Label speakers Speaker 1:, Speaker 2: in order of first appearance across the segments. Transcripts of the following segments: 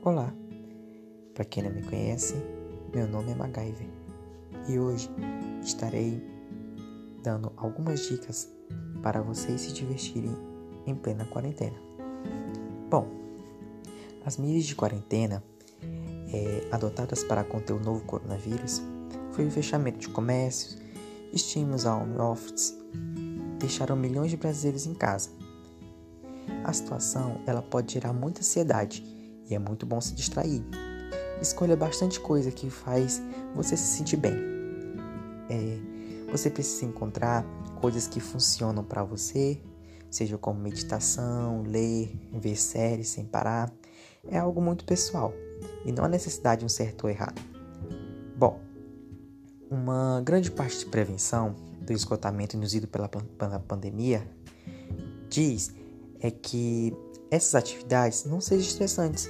Speaker 1: Olá, para quem não me conhece, meu nome é MacGyver e hoje estarei dando algumas dicas para vocês se divertirem em plena quarentena. Bom, as medidas de quarentena adotadas para conter o novo coronavírus foi o fechamento de comércios, estímulos ao home office, deixaram milhões de brasileiros em casa. A situação ela pode gerar muita ansiedade e é muito bom se distrair. Escolha bastante coisa que faz você se sentir bem. Você precisa encontrar coisas que funcionam para você, seja como meditação, ler, ver séries sem parar. É algo muito pessoal e não há necessidade de um certo ou errado. Bom, uma grande parte de prevenção do esgotamento induzido pela pandemia diz que essas atividades não sejam estressantes.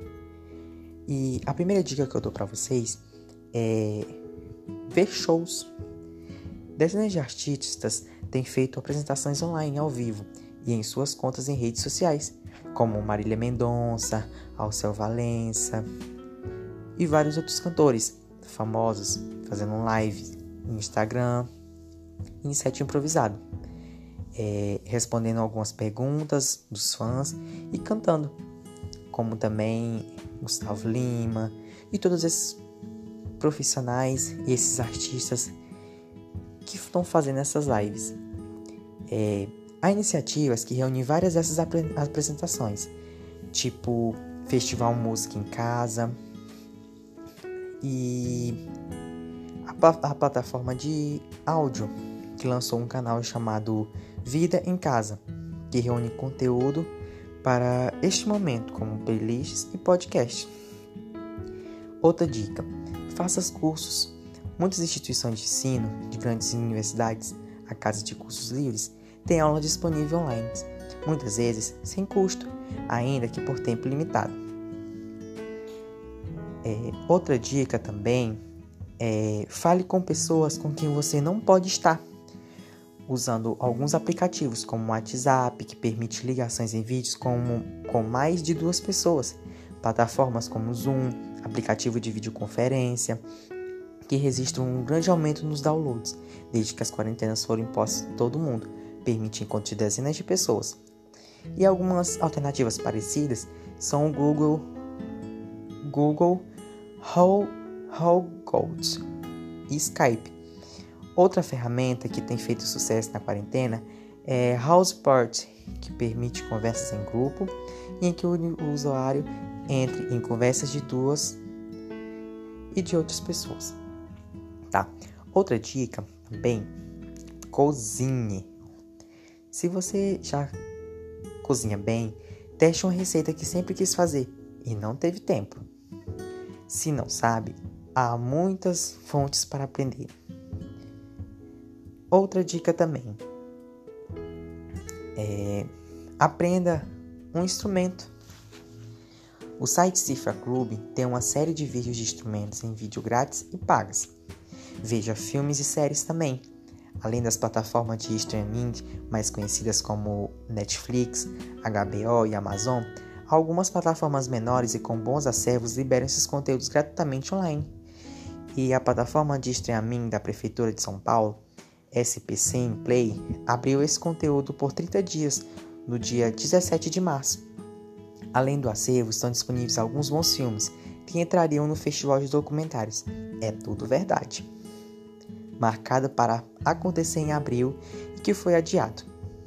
Speaker 1: E a primeira dica que eu dou para vocês é ver shows. Dezenas de artistas têm feito apresentações online ao vivo e em suas contas em redes sociais, como Marília Mendonça, Alceu Valença e vários outros cantores famosos fazendo live no Instagram em set improvisado, respondendo algumas perguntas dos fãs e cantando, como também Gustavo Lima e todos esses profissionais e esses artistas que estão fazendo essas lives. Há iniciativas que reúnem várias dessas apresentações, tipo Festival Música em Casa e a plataforma de áudio que lançou um canal chamado Vida em Casa, que reúne conteúdo para este momento, como playlists e podcasts. Outra dica: faça cursos. Muitas instituições de ensino, de grandes universidades, a casa de cursos livres, têm aula disponível online, muitas vezes sem custo, ainda que por tempo limitado. Outra dica também é fale com pessoas com quem você não pode estar, usando alguns aplicativos como o WhatsApp, que permite ligações em vídeos com mais de 2 pessoas, plataformas como Zoom, aplicativo de videoconferência, que registram um grande aumento nos downloads, desde que as quarentenas foram impostas em todo o mundo, permite encontro de dezenas de pessoas. E algumas alternativas parecidas são o Google Hangouts e Skype. Outra ferramenta que tem feito sucesso na quarentena é House Party, que permite conversas em grupo e em que o usuário entre em conversas de 2 e de outras pessoas. Tá? Outra dica também: cozinhe. Se você já cozinha bem, teste uma receita que sempre quis fazer e não teve tempo. Se não sabe, há muitas fontes para aprender. Outra dica também: aprenda um instrumento. O site Cifra Club tem uma série de vídeos de instrumentos em vídeo grátis e pagas. Veja filmes e séries também, além das plataformas de streaming mais conhecidas como Netflix, HBO e Amazon. Algumas plataformas menores e com bons acervos liberam esses conteúdos gratuitamente online. E a plataforma de streaming da Prefeitura de São Paulo, SPC Play, abriu esse conteúdo por 30 dias, no dia 17 de março. Além do acervo, estão disponíveis alguns bons filmes que entrariam no Festival de Documentários É Tudo Verdade, marcado para acontecer em abril e que foi adiado.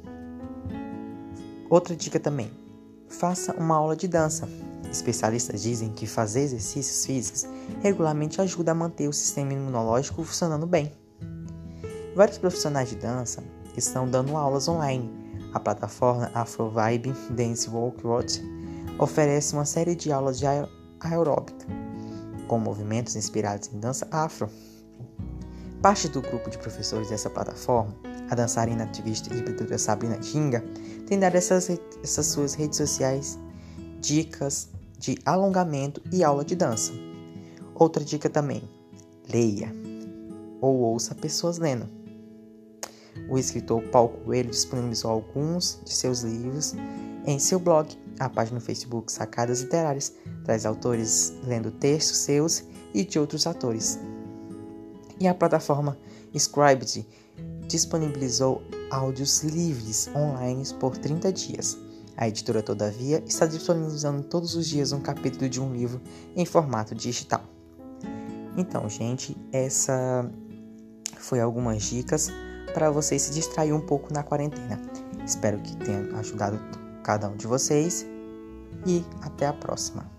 Speaker 1: Outra dica também: faça uma aula de dança. Especialistas dizem que fazer exercícios físicos regularmente ajuda a manter o sistema imunológico funcionando bem. Vários profissionais de dança estão dando aulas online. A plataforma Afrovibe Dance Workout oferece uma série de aulas de aeróbica, com movimentos inspirados em dança afro. Parte do grupo de professores dessa plataforma, a dançarina ativista e híbrida Sabrina Ginga, tem dado essas suas redes sociais dicas de alongamento e aula de dança. Outra dica também: leia ou ouça pessoas lendo. O escritor Paulo Coelho disponibilizou alguns de seus livros em seu blog, a página no Facebook Sacadas Literárias, traz autores lendo textos seus e de outros autores. E a plataforma Scribd disponibilizou áudios livres online por 30 dias. A editora, todavia, está disponibilizando todos os dias um capítulo de um livro em formato digital. Então, gente, essa foi algumas dicas para vocês se distrair um pouco na quarentena. Espero que tenha ajudado cada um de vocês e até a próxima.